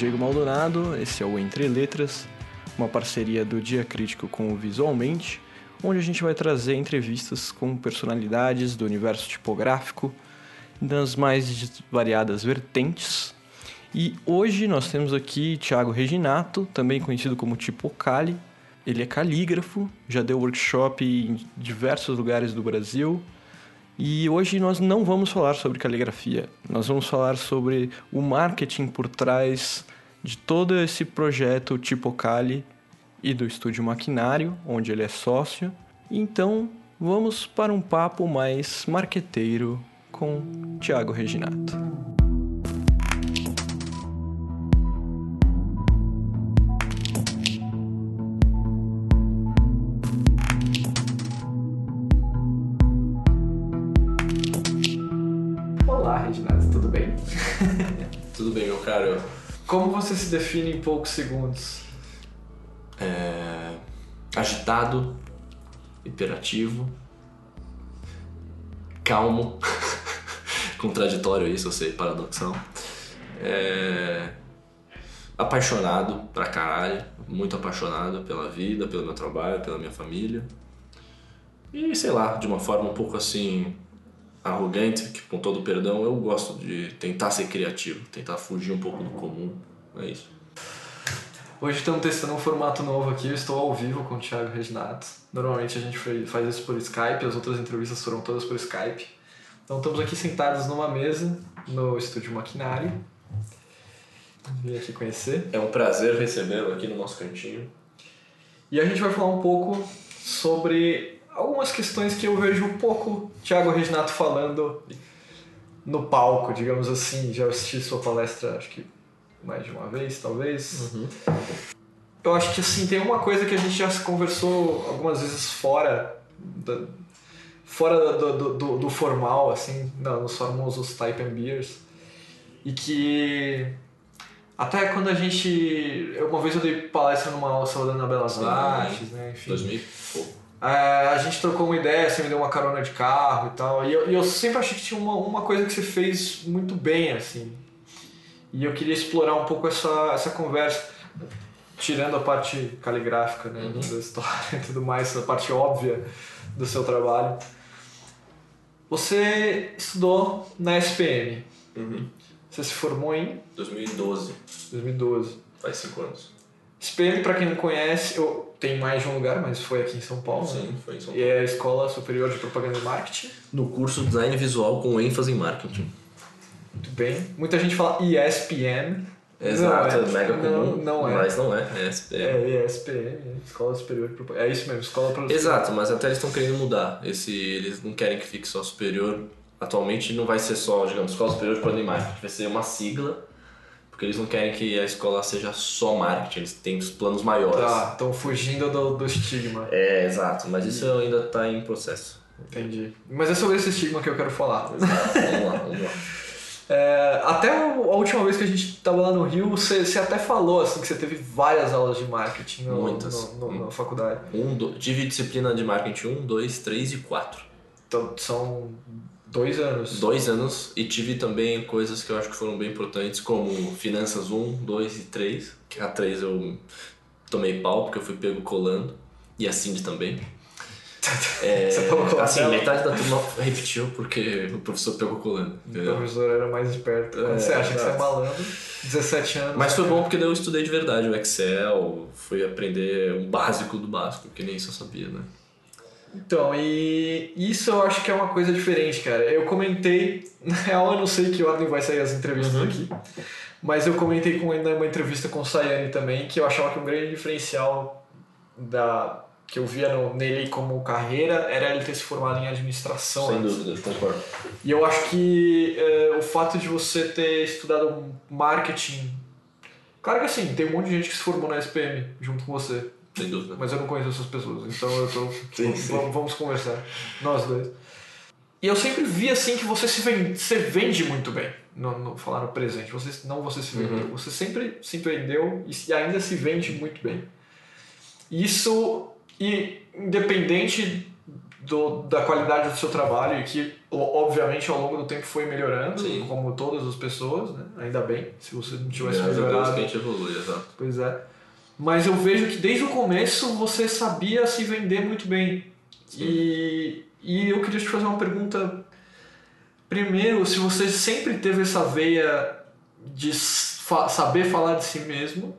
Diego Maldonado, esse é o Entre Letras, uma parceria do Dia Crítico com o Visualmente, onde a gente vai trazer entrevistas com personalidades do universo tipográfico das mais variadas vertentes. E hoje nós temos aqui Thiago Reginato, também conhecido como Tipocali. Ele é calígrafo, já deu workshop em diversos lugares do Brasil. E hoje nós não vamos falar sobre caligrafia, nós vamos falar sobre o marketing por trás de todo esse projeto Tipocali e do Estúdio Maquinário, onde ele é sócio. Então vamos para um papo mais marqueteiro com Thiago Reginato. Olá, Reginato, tudo bem? Tudo bem, meu caro. Como você se define em poucos segundos? Agitado, hiperativo, calmo, contraditório isso, eu sei, paradoxal. Apaixonado pra caralho, muito apaixonado pela vida, pelo meu trabalho, pela minha família. E sei lá, de uma forma um pouco assim arrogante, que com todo o perdão, eu gosto de tentar ser criativo, tentar fugir um pouco do comum, é isso. Hoje estamos testando um formato novo aqui, eu estou ao vivo com o Thiago Reginato. Normalmente a gente faz isso por Skype, as outras entrevistas foram todas por Skype. Então estamos aqui sentados numa mesa no Estúdio Maquinário. Vim aqui conhecer. É um prazer recebê-lo aqui no nosso cantinho. E a gente vai falar um pouco sobre algumas questões que eu vejo um pouco Thiago Reginato falando no palco, digamos assim. Já assisti sua palestra, acho que mais de uma vez, talvez. Uhum. Eu acho que assim, tem uma coisa que a gente já conversou algumas vezes fora do formal, assim, nos famosos Type and Beers, e que até quando a gente... Uma vez eu dei palestra numa aula saudando na Belas Artes, né, enfim. 2000. A gente trocou uma ideia, você me deu uma carona de carro e tal, e eu sempre achei que tinha uma coisa que você fez muito bem, assim. E eu queria explorar um pouco essa conversa, tirando a parte caligráfica, né, da história e tudo mais, a parte óbvia do seu trabalho. Você estudou na SPM. Uhum. Você se formou em 2012. 2012. Faz 5 anos. SPM, para quem não conhece, tem mais de um lugar, mas foi aqui em São Paulo. Sim, né? foi em São E é a Escola Superior de Propaganda e Marketing. No curso Design Visual com ênfase em Marketing. Muito bem. Muita gente fala ESPM. Exato, não é mega comum, não é. mas não é, é SPM. É ESPM, Escola Superior de Propaganda. É isso mesmo, Escola Produtiva. Exato, mas até eles estão querendo mudar. Eles não querem que fique só superior. Atualmente não vai ser só, digamos, Escola Superior de Propaganda e Marketing. Vai ser uma sigla, porque eles não querem que a escola seja só marketing. Eles têm os planos maiores. Tá, estão fugindo do estigma. Exato, mas isso ainda está em processo. Entendi. Mas é sobre esse estigma que eu quero falar. Exato, vamos lá. Até a última vez que a gente estava lá no Rio, você até falou assim, que você teve várias aulas de marketing na faculdade. Tive disciplina de marketing 1, 2, 3 e 4. Então são 2 anos. 2 anos, e tive também coisas que eu acho que foram bem importantes, como finanças 1, 2 e 3. Que a 3 eu tomei pau, porque eu fui pego colando. E a Cindy também. Você tava colando? Assim, metade da turma repetiu porque o professor pegou colando. O professor era mais esperto. Quando você acha que você é malandro, 17 anos. Mas foi bom porque daí eu estudei de verdade o Excel, fui aprender um básico do básico, que nem isso eu sabia, né? Então, e isso eu acho que é uma coisa diferente, cara. Eu comentei, na real eu não sei que ordem vai sair as entrevistas aqui, mas eu comentei uma entrevista com o Sayane também, que eu achava que um grande diferencial que eu via nele como carreira era ele ter se formado em administração. Sem dúvida, concordo. E eu acho que o fato de você ter estudado marketing... Claro que assim, tem um monte de gente que se formou na SPM junto com você. Sem dúvida. Mas eu não conheço essas pessoas, então eu tô... Sim. Vamos conversar, nós dois. E eu sempre vi assim que você vende muito bem, falar no presente, você se vendeu, você sempre se vendeu e ainda se vende muito bem. Isso, independente da qualidade do seu trabalho e que, obviamente, ao longo do tempo foi melhorando, Sim. como todas as pessoas, né? Ainda bem, se você não tivesse Graças a Deus melhorado. que a gente evolui, exato. Pois é. Mas eu vejo que desde o começo você sabia se vender muito bem. E eu queria te fazer uma pergunta. Primeiro, se você sempre teve essa veia de saber falar de si mesmo,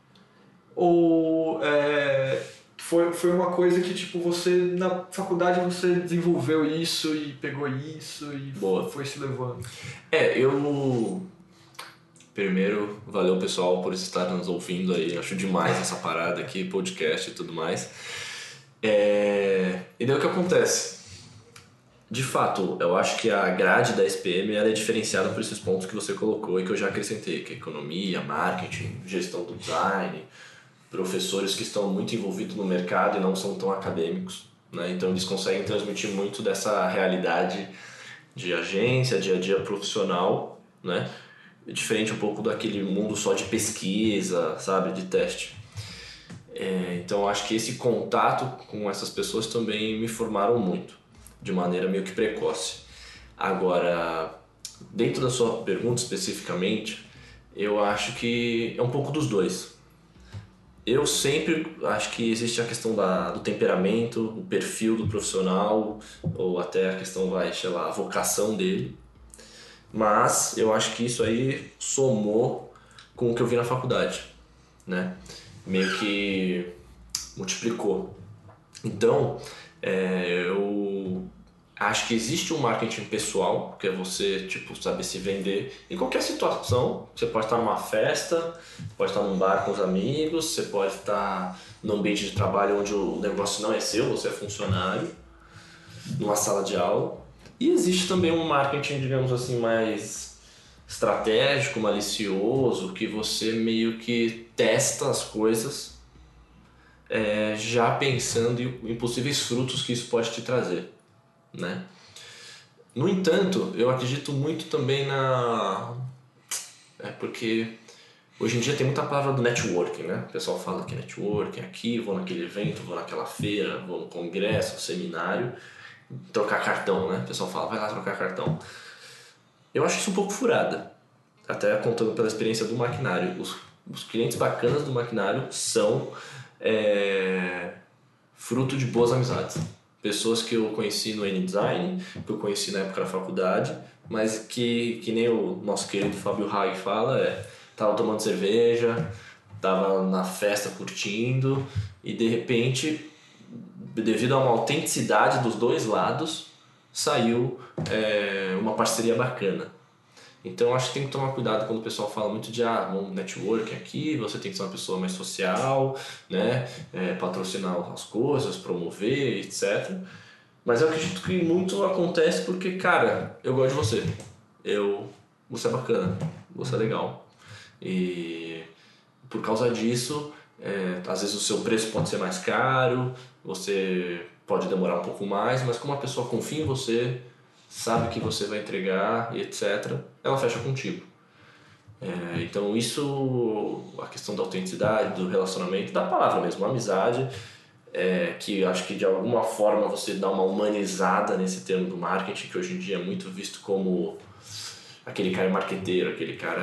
ou foi uma coisa que tipo você na faculdade você desenvolveu isso e pegou isso e foi se levando? Eu primeiro, valeu pessoal por estar nos ouvindo aí, acho demais essa parada aqui, podcast e tudo mais. E daí o que acontece? De fato, eu acho que a grade da SPM ela é diferenciada por esses pontos que você colocou e que eu já acrescentei, que é economia, marketing, gestão do design, professores que estão muito envolvidos no mercado e não são tão acadêmicos, né? Então eles conseguem transmitir muito dessa realidade de agência, dia a dia profissional, né? Diferente um pouco daquele mundo só de pesquisa, sabe, de teste. Então eu acho que esse contato com essas pessoas também me formaram muito, de maneira meio que precoce. Agora, dentro da sua pergunta especificamente, eu acho que é um pouco dos dois. Eu sempre acho que existe a questão do temperamento, o perfil do profissional, ou até a questão, a vocação dele. Mas eu acho que isso aí somou com o que eu vi na faculdade, né? Meio que multiplicou. Então, eu acho que existe um marketing pessoal, que é você saber se vender em qualquer situação. Você pode estar numa festa, pode estar num bar com os amigos, você pode estar num ambiente de trabalho onde o negócio não é seu, você é funcionário, numa sala de aula. E existe também um marketing, digamos assim, mais estratégico, malicioso, que você meio que testa as coisas já pensando em possíveis frutos que isso pode te trazer, né? No entanto, eu acredito muito também porque hoje em dia tem muita palavra do networking, né? O pessoal fala que networking aqui, vou naquele evento, vou naquela feira, vou no congresso, seminário, trocar cartão, né? O pessoal fala, vai lá trocar cartão. Eu acho isso um pouco furada. Até contando pela experiência do maquinário. Os clientes bacanas do maquinário são fruto de boas amizades. Pessoas que eu conheci no N-Design, que eu conheci na época da faculdade, mas que nem o nosso querido Fábio Haig fala, tava tomando cerveja, tava na festa curtindo e de repente, devido a uma autenticidade dos dois lados, saiu uma parceria bacana. Então acho que tem que tomar cuidado quando o pessoal fala muito de um networking aqui, você tem que ser uma pessoa mais social, né? Patrocinar as coisas, promover, etc. Mas eu acredito que muito acontece porque, cara, eu gosto de você. Você é bacana, você é legal. E por causa disso, às vezes o seu preço pode ser mais caro, você pode demorar um pouco mais, mas como a pessoa confia em você, sabe que você vai entregar e etc., ela fecha contigo. Então isso, a questão da autenticidade, do relacionamento, da palavra mesmo, a amizade, que acho que de alguma forma você dá uma humanizada nesse termo do marketing, que hoje em dia é muito visto como aquele cara marqueteiro, aquele cara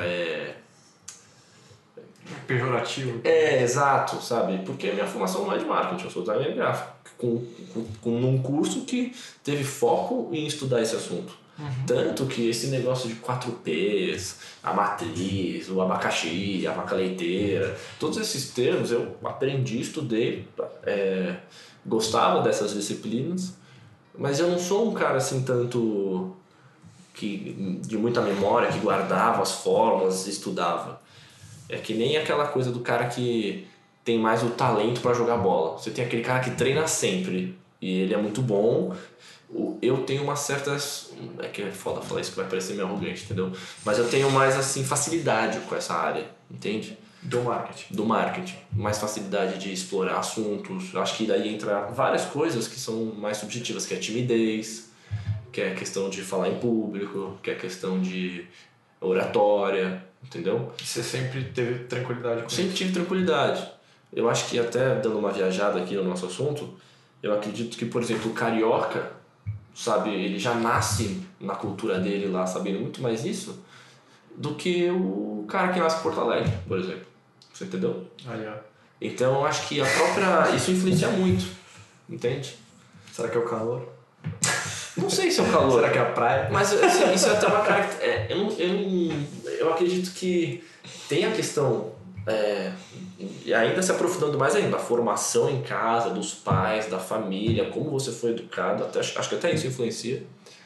pejorativo. Exato, sabe? Porque a minha formação não é de marketing, eu sou designer gráfico, com um curso que teve foco em estudar esse assunto. Tanto que esse negócio de 4Ps, a matriz, o abacaxi, a vaca leiteira, todos esses termos eu aprendi, estudei, gostava dessas disciplinas, mas eu não sou um cara assim tanto de muita memória, que guardava as fórmulas, estudava. É que nem aquela coisa do cara que tem mais o talento para jogar bola. Você tem aquele cara que treina sempre e ele é muito bom. Eu tenho umas certas... É que é foda falar isso que vai parecer meio arrogante, entendeu? Mas eu tenho mais assim facilidade com essa área, entende? Do marketing. Do marketing. Mais facilidade de explorar assuntos. Eu acho que daí entra várias coisas que são mais subjetivas, que é timidez, que é questão de falar em público, que é questão de oratória, entendeu? Você sempre teve tranquilidade com isso? Sempre tive tranquilidade. Eu acho que até dando uma viajada aqui no nosso assunto, Eu acredito que, por exemplo, o carioca, sabe, ele já nasce na cultura dele lá sabendo muito mais isso do que o cara que nasce em Porto Alegre, por exemplo. Você entendeu? Aí, ó. Então eu acho que a própria... isso influencia muito, entende? Será que é o calor? Não sei se é o calor. Será que é a praia? Mas assim, isso é até uma característica. Eu acredito que tem a questão, e ainda se aprofundando mais ainda, a formação em casa, dos pais, da família, como você foi educado, acho que até isso influencia.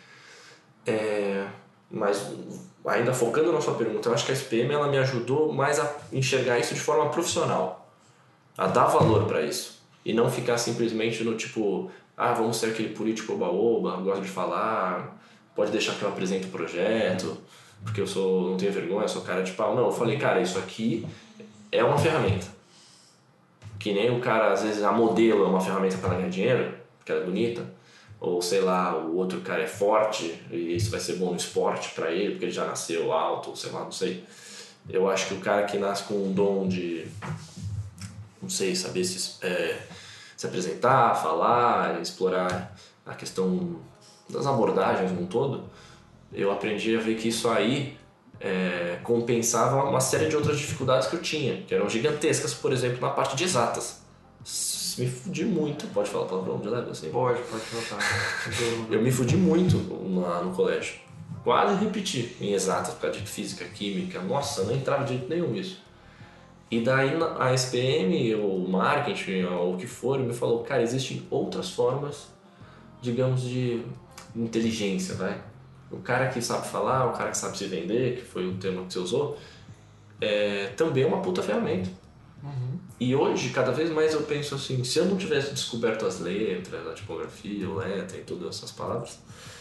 Mas ainda focando na sua pergunta, eu acho que a SPM ela me ajudou mais a enxergar isso de forma profissional, a dar valor para isso. E não ficar simplesmente no tipo, vamos ser aquele político oba-oba, gosto de falar, pode deixar que eu apresente o projeto, porque não tenho vergonha, sou cara de pau. Não, eu falei, cara, isso aqui é uma ferramenta. Que nem o cara, às vezes, a modelo é uma ferramenta para ganhar dinheiro, porque ela é bonita, ou sei lá, o outro cara é forte e isso vai ser bom no esporte para ele, porque ele já nasceu alto, sei lá, não sei. Eu acho que o cara que nasce com um dom de, não sei, saber se apresentar, falar, explorar a questão das abordagens no todo, eu aprendi a ver que isso aí compensava uma série de outras dificuldades que eu tinha, que eram gigantescas, por exemplo, na parte de exatas. Me fudi muito, pode falar palavrão de leve assim? Pode botar. Eu me fudi muito no colégio. Quase repeti em exatas, por causa de física, química. Nossa, não entrava de jeito nenhum isso. E daí a SPM, o marketing, ou o que for, me falou, cara, existem outras formas, digamos, de inteligência, vai. O cara que sabe falar, o cara que sabe se vender, que foi o termo que você usou, também é uma puta ferramenta. Uhum. E hoje, cada vez mais eu penso assim, se eu não tivesse descoberto as letras, a tipografia, o letra e todas essas palavras,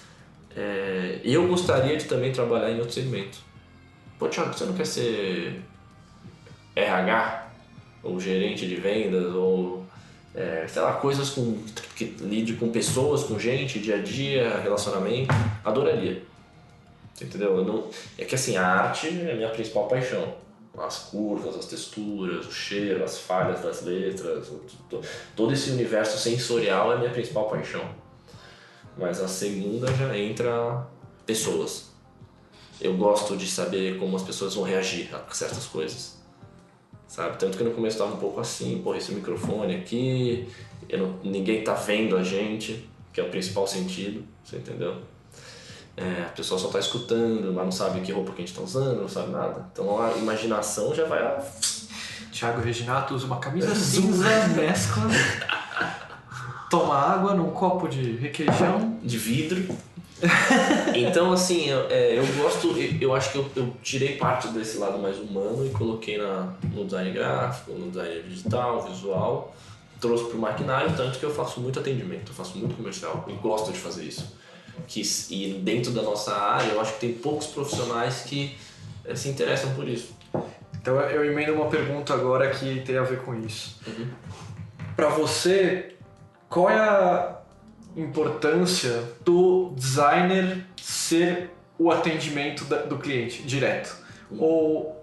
eu gostaria de também trabalhar em outro segmento. Pô, Thiago, você não quer ser RH? Ou gerente de vendas? Ou, sei lá, coisas que lide com pessoas, com gente, dia a dia, relacionamento? Adoraria. Você entendeu? É que assim, a arte é a minha principal paixão. As curvas, as texturas, o cheiro, as falhas das letras, todo esse universo sensorial é a minha principal paixão. Mas a segunda já entra pessoas. Eu gosto de saber como as pessoas vão reagir a certas coisas, sabe? Tanto que no começo estava um pouco assim, esse microfone aqui, ninguém tá vendo a gente, que é o principal sentido, você entendeu? A pessoa só tá escutando, mas não sabe que roupa que a gente tá usando, não sabe nada. Então a imaginação já vai... Thiago Reginato usa uma camisa cinza, mescla, toma água num copo de requeijão. De vidro. Então assim, eu gosto, eu acho que eu tirei parte desse lado mais humano e coloquei no design gráfico, no design digital, visual, trouxe pro maquinário, tanto que eu faço muito atendimento, eu faço muito comercial e gosto de fazer isso. E dentro da nossa área, eu acho que tem poucos profissionais que se interessam por isso. Então eu emendo uma pergunta agora que tem a ver com isso. Uhum. Para você, qual é a importância do designer ser o atendimento do cliente direto? Uhum. Ou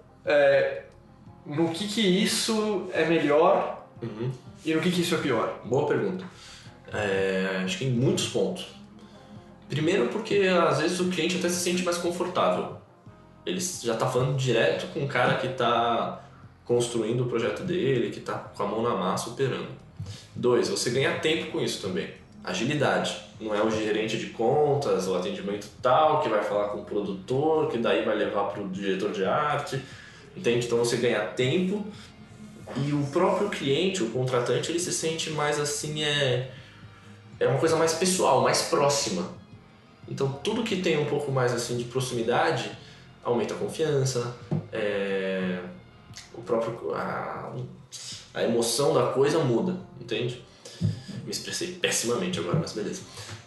no que isso é melhor e no que isso é pior? Boa pergunta. Acho que em muitos pontos. Primeiro porque às vezes o cliente até se sente mais confortável. Ele já está falando direto com o cara que está construindo o projeto dele, que está com a mão na massa operando. 2, você ganha tempo com isso também. Agilidade. Não é o gerente de contas, o atendimento tal, que vai falar com o produtor, que daí vai levar para o diretor de arte. Entende? Então você ganha tempo e o próprio cliente, o contratante, ele se sente mais assim, é uma coisa mais pessoal, mais próxima. Então tudo que tem um pouco mais assim de proximidade aumenta a confiança, a emoção da coisa muda, entende? Me expressei pessimamente agora, mas beleza.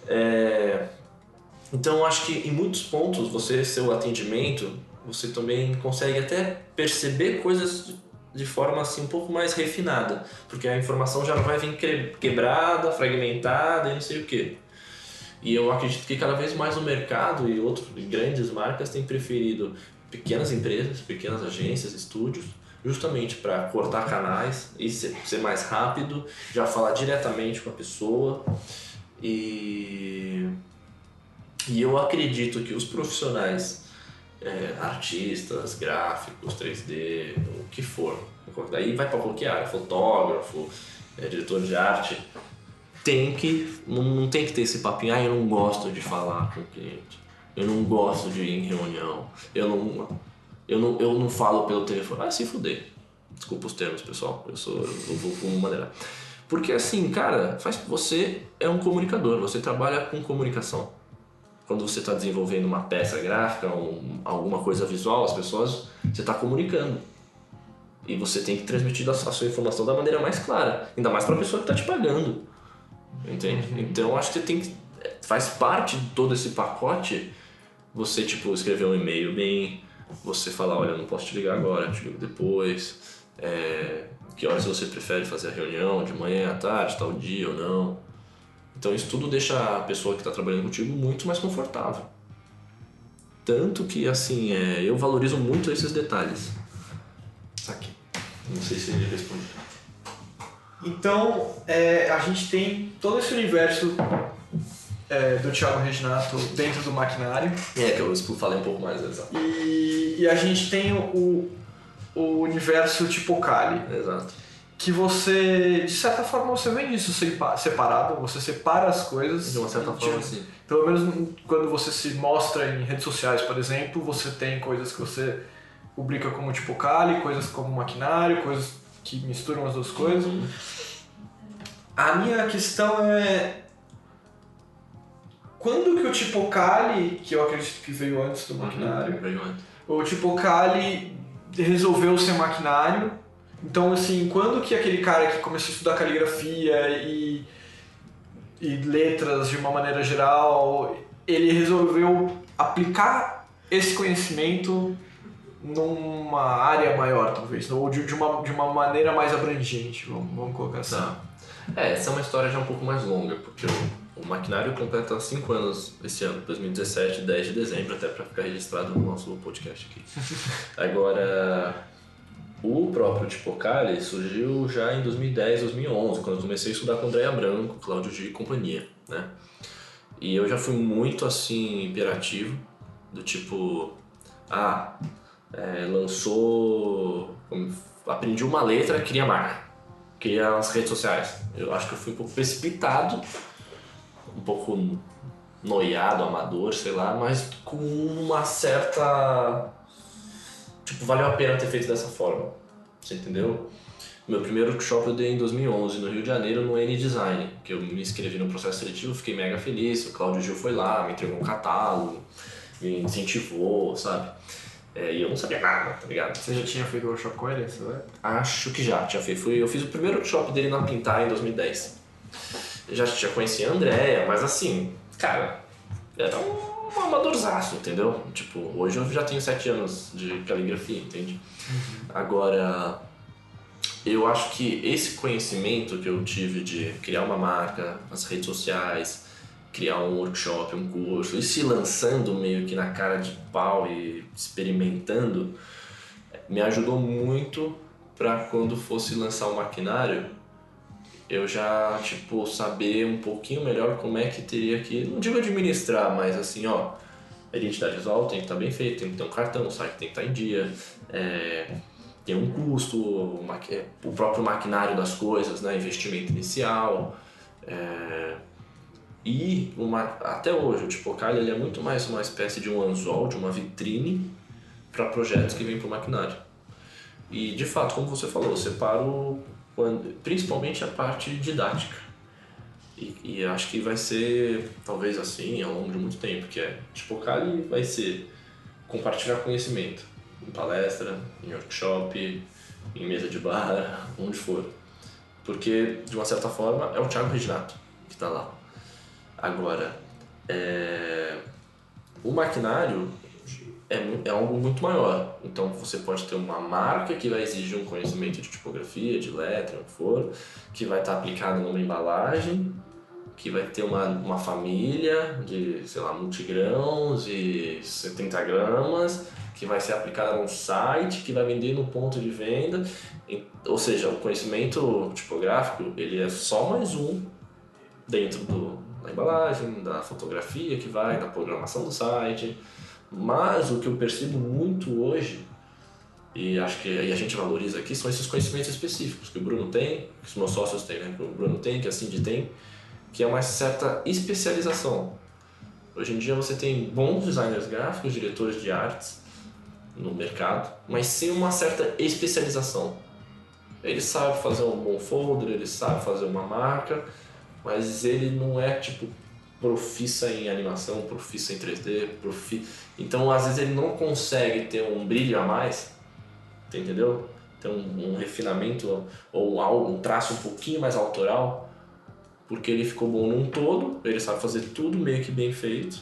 Então eu acho que em muitos pontos seu atendimento, você também consegue até perceber coisas de forma assim um pouco mais refinada, porque a informação já não vai vir quebrada, fragmentada e não sei o quê. E eu acredito que cada vez mais o mercado e grandes marcas têm preferido pequenas empresas, pequenas agências, estúdios, justamente para cortar canais e ser mais rápido, já falar diretamente com a pessoa. E eu acredito que os profissionais, artistas, gráficos, 3D, o que for, daí vai para qualquer área, fotógrafo, diretor de arte, não tem que ter esse papinho, eu não gosto de falar com o cliente, eu não gosto de ir em reunião, eu não falo pelo telefone, se fuder, desculpa os termos, pessoal, eu vou com uma maneira. Porque assim, cara, você é um comunicador, você trabalha com comunicação. Quando você está desenvolvendo uma peça gráfica, alguma coisa visual, as pessoas, você está comunicando. E você tem que transmitir a sua informação da maneira mais clara. Ainda mais para a pessoa que está te pagando. Entende? Então, acho que faz parte de todo esse pacote você, tipo, escrever um e-mail bem, você falar, olha, eu não posso te ligar agora, eu te ligo depois. Que horas você prefere fazer a reunião, de manhã, à tarde, tal dia ou não. Então isso tudo deixa a pessoa que está trabalhando contigo muito mais confortável. Tanto que, assim, eu valorizo muito esses detalhes. Aqui. Não sei se ele responde. Então, a gente tem todo esse universo do Thiago Reginato dentro do maquinário. Que eu falei um pouco mais, exato. E a gente tem o universo tipo Kali. Exato. Que você, de certa forma, você vê isso separado, você separa as coisas. De uma certa forma, sim. Pelo menos quando você se mostra em redes sociais, por exemplo, você tem coisas que você publica como tipo Kali, coisas como maquinário, coisas que misturam as duas coisas. A minha questão é... Quando que o tipo Kali, que eu acredito que veio antes do maquinário, veio antes. O tipo Kali resolveu ser maquinário? Então, assim, quando que aquele cara que começou a estudar caligrafia e letras de uma maneira geral, ele resolveu aplicar esse conhecimento numa área maior, talvez, ou de uma maneira mais abrangente, vamos colocar assim. Tá. Essa é uma história já um pouco mais longa, porque o maquinário completa 5 anos esse ano, 2017, 10 de dezembro, até para ficar registrado no nosso podcast aqui. Agora... O próprio Tipo Kali surgiu já em 2010, 2011, quando eu comecei a estudar com Andréa Branco, Cláudio G e companhia, né? E eu já fui muito, assim, imperativo, do tipo... lançou... Aprendi uma letra, queria marca, queria as redes sociais. Eu acho que eu fui um pouco precipitado, um pouco noiado, amador, sei lá, mas com uma certa... Tipo, valeu a pena ter feito dessa forma, você entendeu? Meu primeiro workshop eu dei em 2011, no Rio de Janeiro, no N-Design, que eu me inscrevi no processo seletivo, fiquei mega feliz, o Cláudio Gil foi lá, me entregou um catálogo, me incentivou, sabe? E eu não sabia nada, tá ligado? Você já tinha feito workshop com ele, você vai? Acho que já tinha feito. Eu fiz o primeiro workshop dele na Pintar em 2010. Eu já conhecia a Andréa, mas assim, cara, era um amadorzaço, entendeu? Tipo, hoje eu já tenho 7 anos de caligrafia, entende? Agora, eu acho que esse conhecimento que eu tive de criar uma marca nas redes sociais, criar um workshop, um curso, e se lançando meio que na cara de pau e experimentando, me ajudou muito para quando fosse lançar o maquinário, eu já, tipo, saber um pouquinho melhor como é que teria que, não digo administrar, mas assim, ó, a identidade visual tem que estar bem feita, tem que ter um cartão, o site tem que estar em dia, tem um custo, o próprio maquinário das coisas, né, investimento inicial, e até hoje o Tipo Kali ele é muito mais uma espécie de um anzol, de uma vitrine para projetos que vêm para o maquinário. E de fato, como você falou, eu separo principalmente a parte didática. E acho que vai ser, talvez assim, ao longo de muito tempo, que Tipo Kali vai ser compartilhar conhecimento em palestra, em workshop, em mesa de bar, onde for. Porque, de uma certa forma, é o Thiago Reginato que está lá. Agora, o maquinário é algo muito maior. Então você pode ter uma marca que vai exigir um conhecimento de tipografia, de letra, o que for, que vai estar aplicada numa embalagem, que vai ter uma família de, sei lá, multigrãos e 70 gramas, que vai ser aplicada num site, que vai vender no ponto de venda. Ou seja, o conhecimento tipográfico, ele é só mais um dentro da embalagem, da fotografia que vai, da programação do site. Mas o que eu percebo muito hoje, e acho que a gente valoriza aqui, são esses conhecimentos específicos que o Bruno tem, que os meus sócios têm, né? Que o Bruno tem, que a Cindy tem, que é uma certa especialização. Hoje em dia você tem bons designers gráficos, diretores de artes no mercado, mas sem uma certa especialização. Ele sabe fazer um bom folder, ele sabe fazer uma marca, mas ele não é tipo profissa em animação, profissa em 3D, então às vezes ele não consegue ter um brilho a mais, entendeu? Ter um refinamento ou algo, um traço um pouquinho mais autoral, porque ele ficou bom num todo, ele sabe fazer tudo meio que bem feito,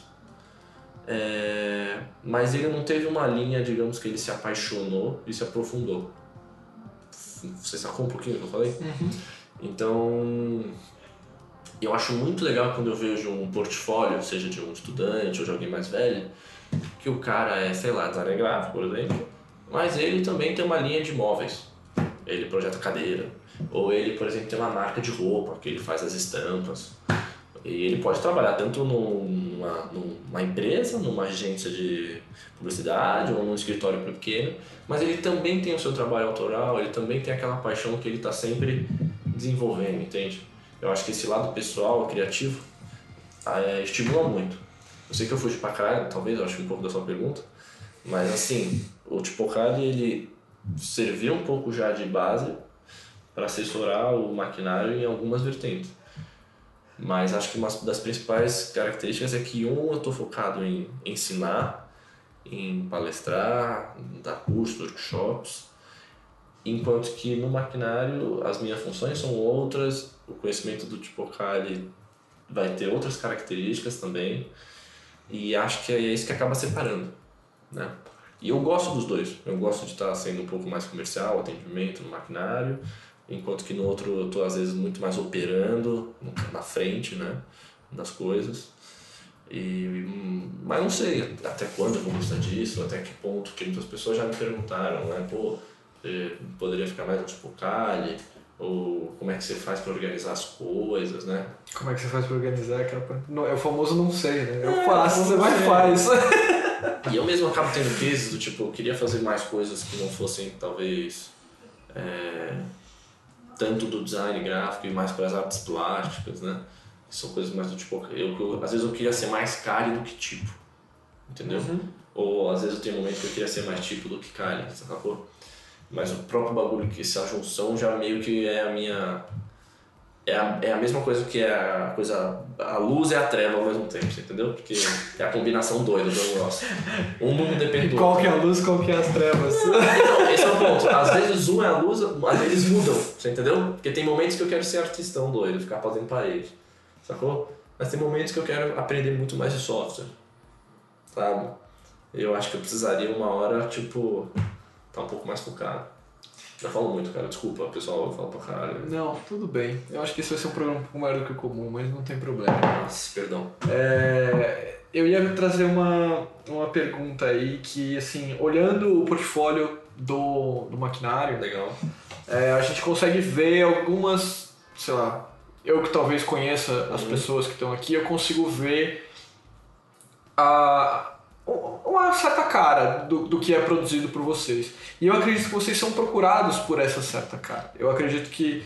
mas ele não teve uma linha, digamos, que ele se apaixonou e se aprofundou. Você sacou um pouquinho o que eu falei? Uhum. Então, eu acho muito legal quando eu vejo um portfólio, seja de um estudante ou de alguém mais velho, que o cara é, sei lá, designer gráfico, por exemplo, mas ele também tem uma linha de móveis. Ele projeta cadeira. Ou ele, por exemplo, tem uma marca de roupa, que ele faz as estampas. E ele pode trabalhar tanto numa empresa, numa agência de publicidade ou num escritório pequeno, mas ele também tem o seu trabalho autoral, ele também tem aquela paixão que ele está sempre desenvolvendo, entende? Eu acho que esse lado pessoal, criativo, estimula muito. Eu sei que eu fugi pra caralho, talvez, eu acho um pouco da sua pergunta, mas assim, o Tipocard, ele serviu um pouco já de base para assessorar o maquinário em algumas vertentes. Mas acho que uma das principais características é que eu estou focado em ensinar, em palestrar, dar cursos, workshops, enquanto que no maquinário as minhas funções são outras, o conhecimento do Tipocard vai ter outras características também, e acho que é isso que acaba separando, né? E eu gosto dos dois, eu gosto de estar sendo um pouco mais comercial, atendimento no maquinário, enquanto que no outro eu estou às vezes muito mais operando na frente, né, das coisas. Mas não sei até quando eu vou gostar disso, até que ponto, que muitas pessoas já me perguntaram, né, você poderia ficar mais no Tipocard, ou como é que você faz para organizar as coisas, né? Como é que você faz para organizar? É o famoso não sei, né? Eu faço, você vai e faz. E eu mesmo acabo tendo crises do tipo, eu queria fazer mais coisas que não fossem, talvez, tanto do design gráfico e mais para as artes plásticas, né? Que são coisas mais do tipo, às vezes eu queria ser mais Kali do que tipo, entendeu? Uhum. Ou às vezes eu tenho um momento que eu queria ser mais tipo do que Kali, sacou? Mas o próprio bagulho, que essa junção já meio que é a minha... É a mesma coisa que a luz e a treva ao mesmo tempo, você entendeu? Porque é a combinação doida do negócio. Um não depende do outro. Qual que é a luz, qual que é as trevas? Então, esse é o ponto. Às vezes um é a luz, às vezes mudam, você entendeu? Porque tem momentos que eu quero ser artistão doido, ficar fazendo parede, sacou? Mas tem momentos que eu quero aprender muito mais de software, sabe? Eu acho que eu precisaria uma hora, tipo, tá um pouco mais focado. Já falo muito, cara. Desculpa, pessoal, eu falo pra caralho. Não, tudo bem. Eu acho que esse vai ser um programa um pouco maior do que o comum, mas não tem problema. Nossa, perdão. Eu ia trazer uma pergunta aí que, assim, olhando o portfólio do maquinário, Legal. A gente consegue ver algumas, sei lá, eu que talvez conheça as pessoas que estão aqui, eu consigo ver uma certa cara do que é produzido por vocês. E eu acredito que vocês são procurados por essa certa cara. Eu acredito que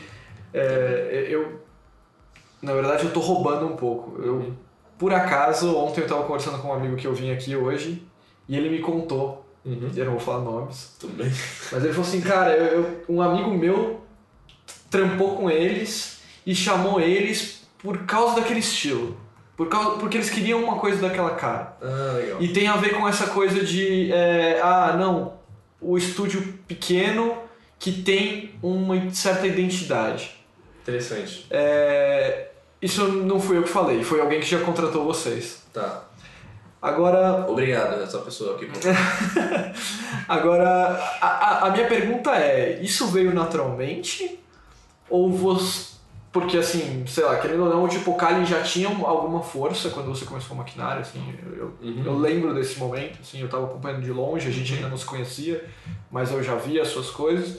na verdade, eu tô roubando um pouco. Por acaso, ontem eu tava conversando com um amigo que eu vim aqui hoje e ele me contou, eu não vou falar nomes, Tudo bem. mas ele falou assim, cara, um amigo meu trampou com eles e chamou eles por causa daquele estilo. Porque eles queriam uma coisa daquela cara. Ah, legal. E tem a ver com essa coisa de, não, o estúdio pequeno que tem uma certa identidade. Interessante. Isso não fui eu que falei, foi alguém que já contratou vocês. Tá. Agora... Obrigado, essa pessoa aqui. Agora, a minha pergunta é, isso veio naturalmente? Ou Porque, assim, sei lá, querendo ou não, o Tipocali já tinha alguma força quando você começou o maquinário, assim, eu lembro desse momento, assim, eu estava acompanhando de longe, a gente ainda não se conhecia, mas eu já via as suas coisas.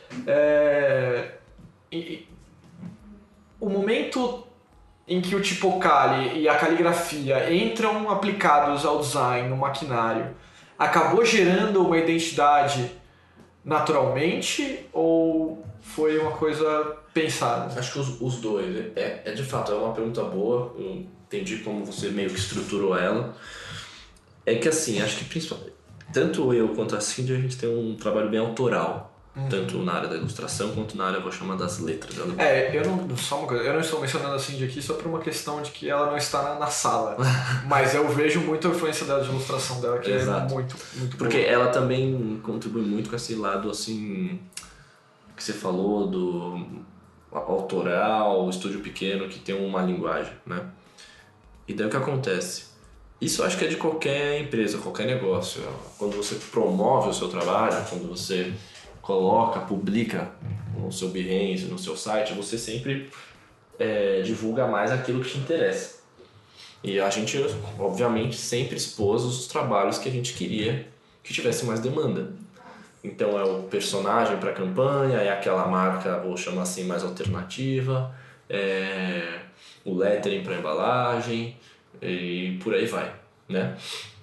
O momento em que o Tipocali e a caligrafia entram aplicados ao design, no maquinário, acabou gerando uma identidade naturalmente ou foi uma coisa pensada? Acho que os dois. De fato, é uma pergunta boa. Eu entendi como você meio que estruturou ela. É que assim, acho que principalmente, tanto eu quanto a Cindy, a gente tem um trabalho bem autoral. Tanto na área da ilustração quanto na área, eu vou chamar, das letras. Só uma coisa, eu não estou mencionando a Cindy aqui só por uma questão de que ela não está na sala. Mas eu vejo muito a influência dela de ilustração dela, que Exato. É muito Porque boa. ela também contribui muito com esse lado, assim, que você falou, do autoral, estúdio pequeno, que tem uma linguagem, né? E daí o que acontece? Isso eu acho que é de qualquer empresa, qualquer negócio. Quando você promove o seu trabalho, quando você coloca, publica no seu Behance, no seu site, você sempre divulga mais aquilo que te interessa. E a gente, obviamente, sempre expôs os trabalhos que a gente queria que tivesse mais demanda. Então é o personagem para a campanha, é aquela marca, vou chamar assim, mais alternativa, é o lettering para embalagem e por aí vai, né?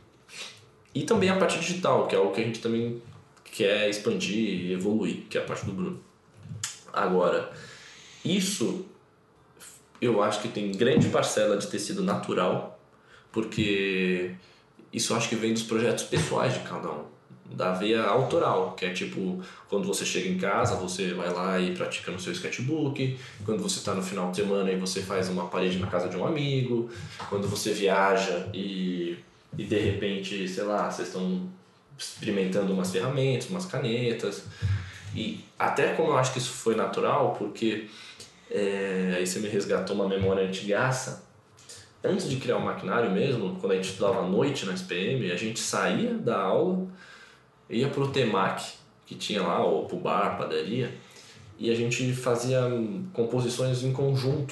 E também a parte digital, que é o que a gente também quer expandir e evoluir, que é a parte do Bruno. Agora, isso eu acho que tem grande parcela de ter sido natural, porque isso eu acho que vem dos projetos pessoais de cada um, da veia autoral, que é tipo, quando você chega em casa, você vai lá e pratica no seu sketchbook, quando você está no final de semana e você faz uma parede na casa de um amigo, quando você viaja e de repente, sei lá, vocês estão experimentando umas ferramentas, umas canetas, e até como eu acho que isso foi natural, porque aí você me resgatou uma memória antigaça. Antes de criar o maquinário mesmo, quando a gente estudava à noite na SPM, a gente saía da aula, ia pro Temac, que tinha lá, ou pro bar, padaria, e a gente fazia composições em conjunto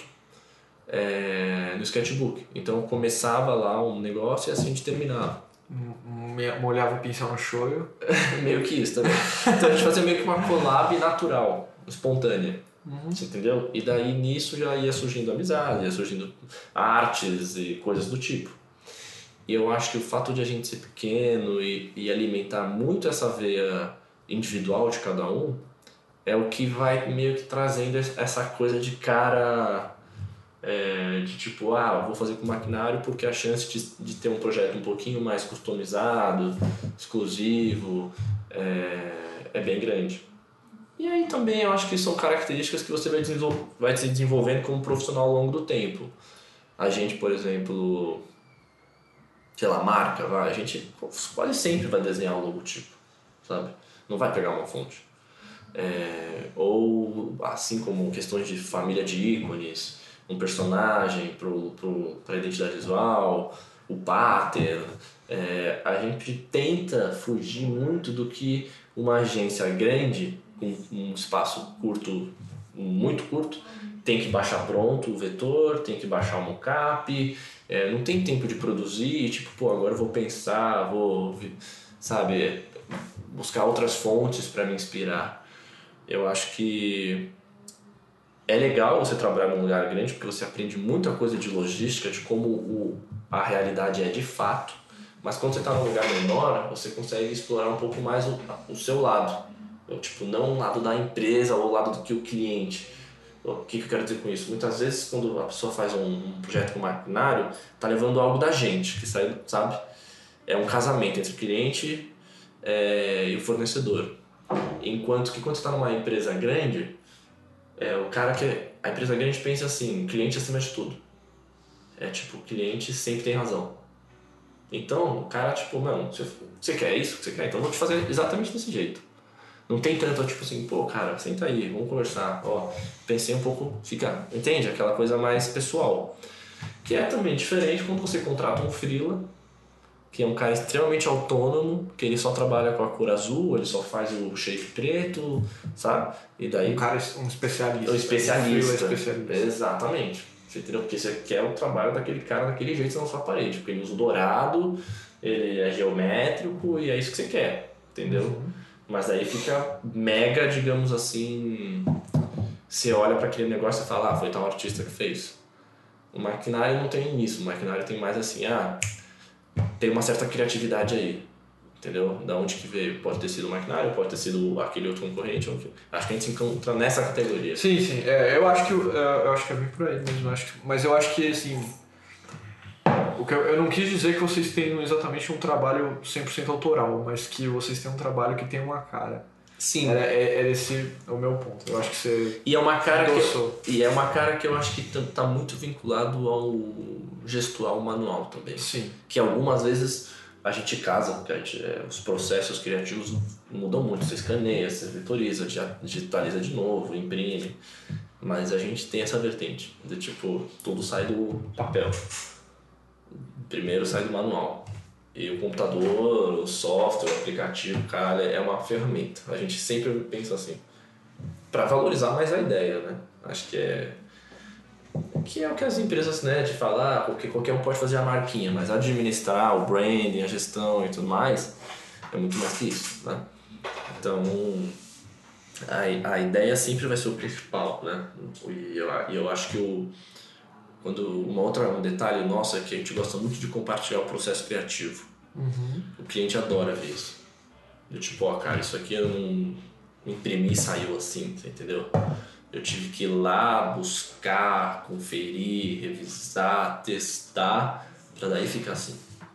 no sketchbook. Então começava lá um negócio e assim a gente terminava. Molhava o pincel no shoyu. Meio que isso também. Então a gente fazia meio que uma collab natural, espontânea. Você entendeu? E daí nisso já ia surgindo amizade, ia surgindo artes e coisas do tipo. E eu acho que o fato de a gente ser pequeno e alimentar muito essa veia individual de cada um é o que vai meio que trazendo essa coisa de cara de tipo, vou fazer com maquinário porque a chance de ter um projeto um pouquinho mais customizado, exclusivo, é bem grande. E aí também eu acho que são características que você vai se desenvolvendo como profissional ao longo do tempo. A gente, por exemplo, sei lá, marca, a gente quase sempre vai desenhar um logotipo, sabe? Não vai pegar uma fonte. Ou assim como questões de família de ícones, um personagem para a identidade visual, o pattern. A gente tenta fugir muito do que uma agência grande, com um espaço curto, muito curto, tem que baixar pronto o vetor, tem que baixar o mockup, não tem tempo de produzir e tipo, agora eu vou pensar, sabe, buscar outras fontes para me inspirar. Eu acho que é legal você trabalhar num lugar grande porque você aprende muita coisa de logística, de como a realidade é de fato, mas quando você está num lugar menor, você consegue explorar um pouco mais o seu lado. Tipo, não o lado da empresa ou o lado do que o cliente. O que eu quero dizer com isso? Muitas vezes, quando a pessoa faz um projeto com maquinário, tá levando algo da gente, que sai, sabe? É um casamento entre o cliente e o fornecedor. Enquanto que quando você está numa empresa grande, a empresa grande pensa assim, cliente acima de tudo. Tipo, o cliente sempre tem razão. Então, o cara, tipo, não, você quer isso que você quer? Então eu vou te fazer exatamente desse jeito. Não tem tanto, tipo assim, pô, cara, senta aí, vamos conversar. Pensei um pouco, entende? Aquela coisa mais pessoal. Que é também diferente quando você contrata um freela, que é um cara extremamente autônomo, que ele só trabalha com a cor azul, ele só faz o shape preto, sabe? E daí... Um especialista. Um especialista. Especialista. Exatamente. Você entendeu? Porque você quer o trabalho daquele cara daquele jeito na sua parede, porque ele usa o dourado, ele é geométrico e é isso que você quer, entendeu? Uhum. Mas aí fica mega, digamos assim, você olha para aquele negócio e fala, foi tal artista que fez. O maquinário não tem isso, o maquinário tem mais assim, tem uma certa criatividade aí, entendeu? Da onde que veio? Pode ter sido o maquinário, pode ter sido aquele outro concorrente. Acho que a gente se encontra nessa categoria. Sim. Eu acho que é bem por aí mesmo. Mas eu acho que, assim... Eu não quis dizer que vocês tenham exatamente um trabalho 100% autoral, mas que vocês têm um trabalho que tem uma cara. Sim. Esse o meu ponto. Eu acho que você... E é uma cara que eu acho que tá muito vinculado ao gestual manual também. Sim. Que algumas vezes a gente casa, porque os processos criativos mudam muito. Você escaneia, você vetoriza, digitaliza de novo, imprime. Mas a gente tem essa vertente de tipo, tudo sai do papel. Primeiro sai do manual. E o computador, o software, o aplicativo, cara, é uma ferramenta. A gente sempre pensa assim, para valorizar mais a ideia, né? Acho que é o que as empresas, né, de falar, porque qualquer um pode fazer a marquinha, mas administrar o branding, a gestão e tudo mais, é muito mais que isso, né? Então, a ideia sempre vai ser o principal, né? E eu acho que um detalhe nosso é que a gente gosta muito de compartilhar o processo criativo. Uhum. O cliente adora ver isso. Tipo, cara, isso aqui eu não imprimi e saiu assim, você entendeu? Eu tive que ir lá buscar, conferir, revisar, testar, pra daí ficar assim.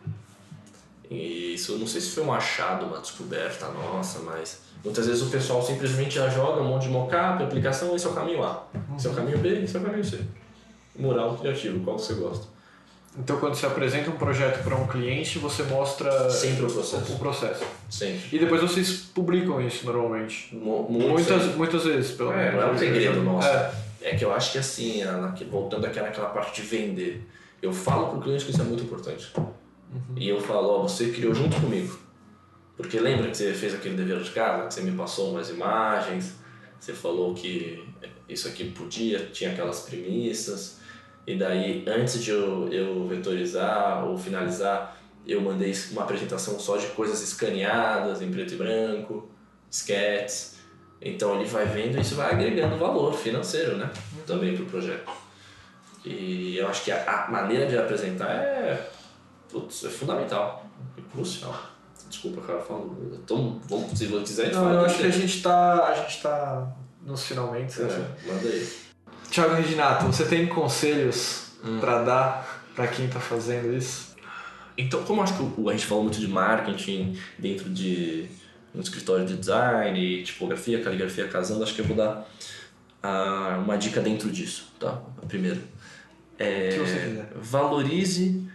E isso, eu não sei se foi um achado, uma descoberta nossa, mas muitas vezes o pessoal simplesmente já joga um monte de mockup, aplicação, esse é o caminho A, esse é o caminho B, esse é o caminho C. Mural criativo, qual você gosta? Então, quando você apresenta um projeto para um cliente, você mostra sempre o processo. Sempre. E depois vocês publicam isso normalmente. Muitas vezes, pelo menos. Não é um segredo nosso. É que eu acho que assim, voltando aqui naquela parte de vender, eu falo pro cliente que isso é muito importante. Uhum. E eu falo, você criou junto comigo. Porque lembra que você fez aquele dever de casa, que você me passou umas imagens, você falou que isso aqui podia, tinha aquelas premissas. E daí, antes de eu vetorizar ou finalizar, eu mandei uma apresentação só de coisas escaneadas em preto e branco, sketches. Então ele vai vendo e isso vai agregando valor financeiro, né? Também para o projeto. E eu acho que a maneira de apresentar é fundamental, é crucial. Desculpa, cara, falando. Então, se você quiser, a gente fala. Eu acho que a gente tá nos finalmente. Manda aí. Thiago Reginato, você tem conselhos para dar para quem está fazendo isso? Então, como acho que a gente falou muito de marketing dentro de um escritório de design e tipografia, caligrafia casando, acho que eu vou dar uma dica dentro disso, tá? Primeiro, que você quiser. Valorize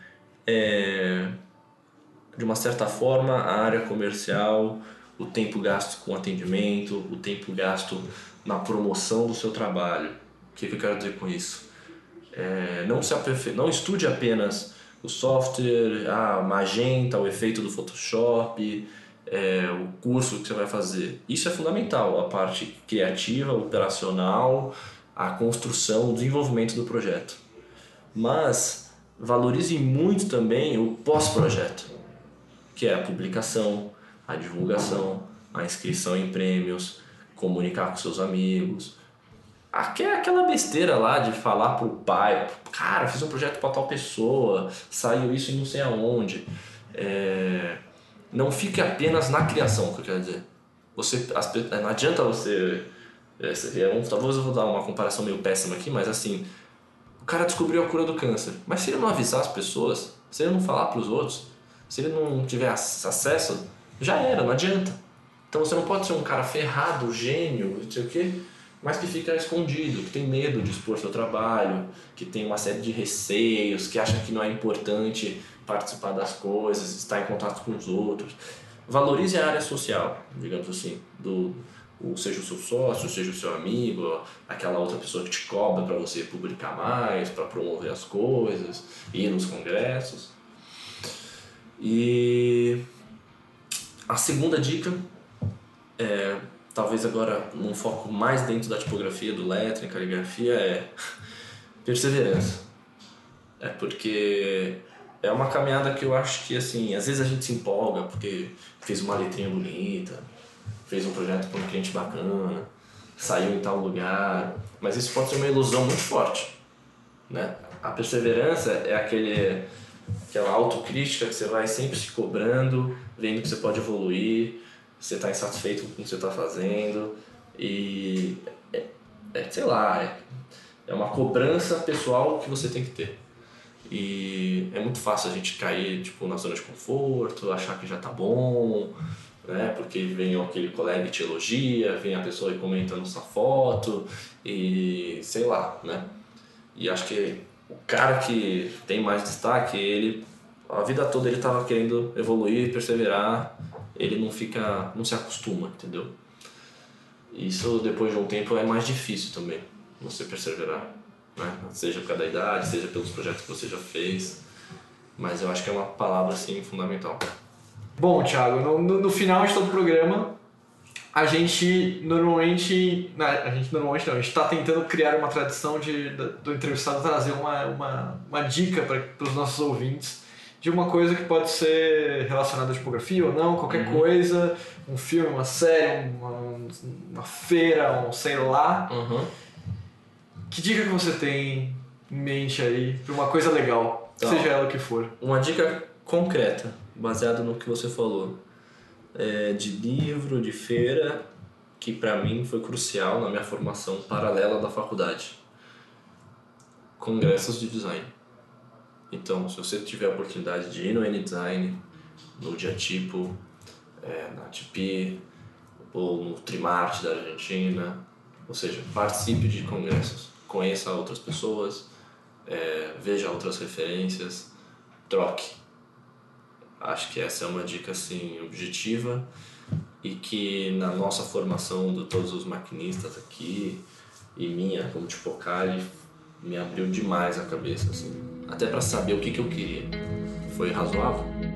de uma certa forma a área comercial, o tempo gasto com atendimento, o tempo gasto na promoção do seu trabalho. O que eu quero dizer com isso? Não estude apenas o software, a Magenta, o efeito do Photoshop, o curso que você vai fazer. Isso é fundamental, a parte criativa, operacional, a construção, o desenvolvimento do projeto. Mas valorize muito também o pós-projeto, que é a publicação, a divulgação, a inscrição em prêmios, comunicar com seus amigos. Aquela besteira lá de falar pro pai, cara, fiz um projeto para tal pessoa, saiu isso em não sei aonde. Não fique apenas na criação, que eu quero dizer. Não adianta você... talvez eu vou dar uma comparação meio péssima aqui, mas assim, o cara descobriu a cura do câncer, mas se ele não avisar as pessoas, se ele não falar pros outros, se ele não tiver acesso, já era, não adianta. Então você não pode ser um cara ferrado, gênio, não sei o quê, mas que fica escondido, que tem medo de expor seu trabalho, que tem uma série de receios, que acha que não é importante participar das coisas, estar em contato com os outros. Valorize a área social, digamos assim, seja o seu sócio, seja o seu amigo, aquela outra pessoa que te cobra para você publicar mais, para promover as coisas, ir nos congressos. E a segunda dica talvez agora num foco mais dentro da tipografia, do lettering, caligrafia, é perseverança. Porque é uma caminhada que eu acho que, assim, às vezes a gente se empolga porque fez uma letrinha bonita, fez um projeto com um cliente bacana, saiu em tal lugar, mas isso pode ser uma ilusão muito forte, né? A perseverança é aquela autocrítica que você vai sempre se cobrando, vendo que você pode evoluir, você está insatisfeito com o que você está fazendo e sei lá, é uma cobrança pessoal que você tem que ter. E é muito fácil a gente cair tipo, na zona de conforto, achar que já tá bom, né? Porque vem aquele colega e te elogia, vem a pessoa e comenta na sua foto e sei lá, né? E acho que o cara que tem mais destaque, a vida toda ele tava querendo evoluir, perseverar, ele não se acostuma, entendeu? Isso depois de um tempo é mais difícil também, você perseverar, né? Seja por causa da idade, seja pelos projetos que você já fez, mas eu acho que é uma palavra assim fundamental. Bom, Thiago, no final de todo o programa, a gente normalmente não, a gente está tentando criar uma tradição do entrevistado trazer uma dica para os nossos ouvintes de uma coisa que pode ser relacionada à tipografia ou não, qualquer coisa, um filme, uma série, uma feira, um sei lá. Que dica que você tem em mente aí para uma coisa legal, então, seja ela o que for? Uma dica concreta, baseada no que você falou, de livro, de feira, que para mim foi crucial na minha formação paralela da faculdade. Congressos de design. Então, se você tiver a oportunidade de ir no N-Design, no Diatipo, na TIPI, ou no Trimart da Argentina, ou seja, participe de congressos, conheça outras pessoas, veja outras referências, troque. Acho que essa é uma dica assim, objetiva e que na nossa formação de todos os maquinistas aqui e minha como Tipocali me abriu demais a cabeça, assim. Até para saber o que eu queria. Foi razoável?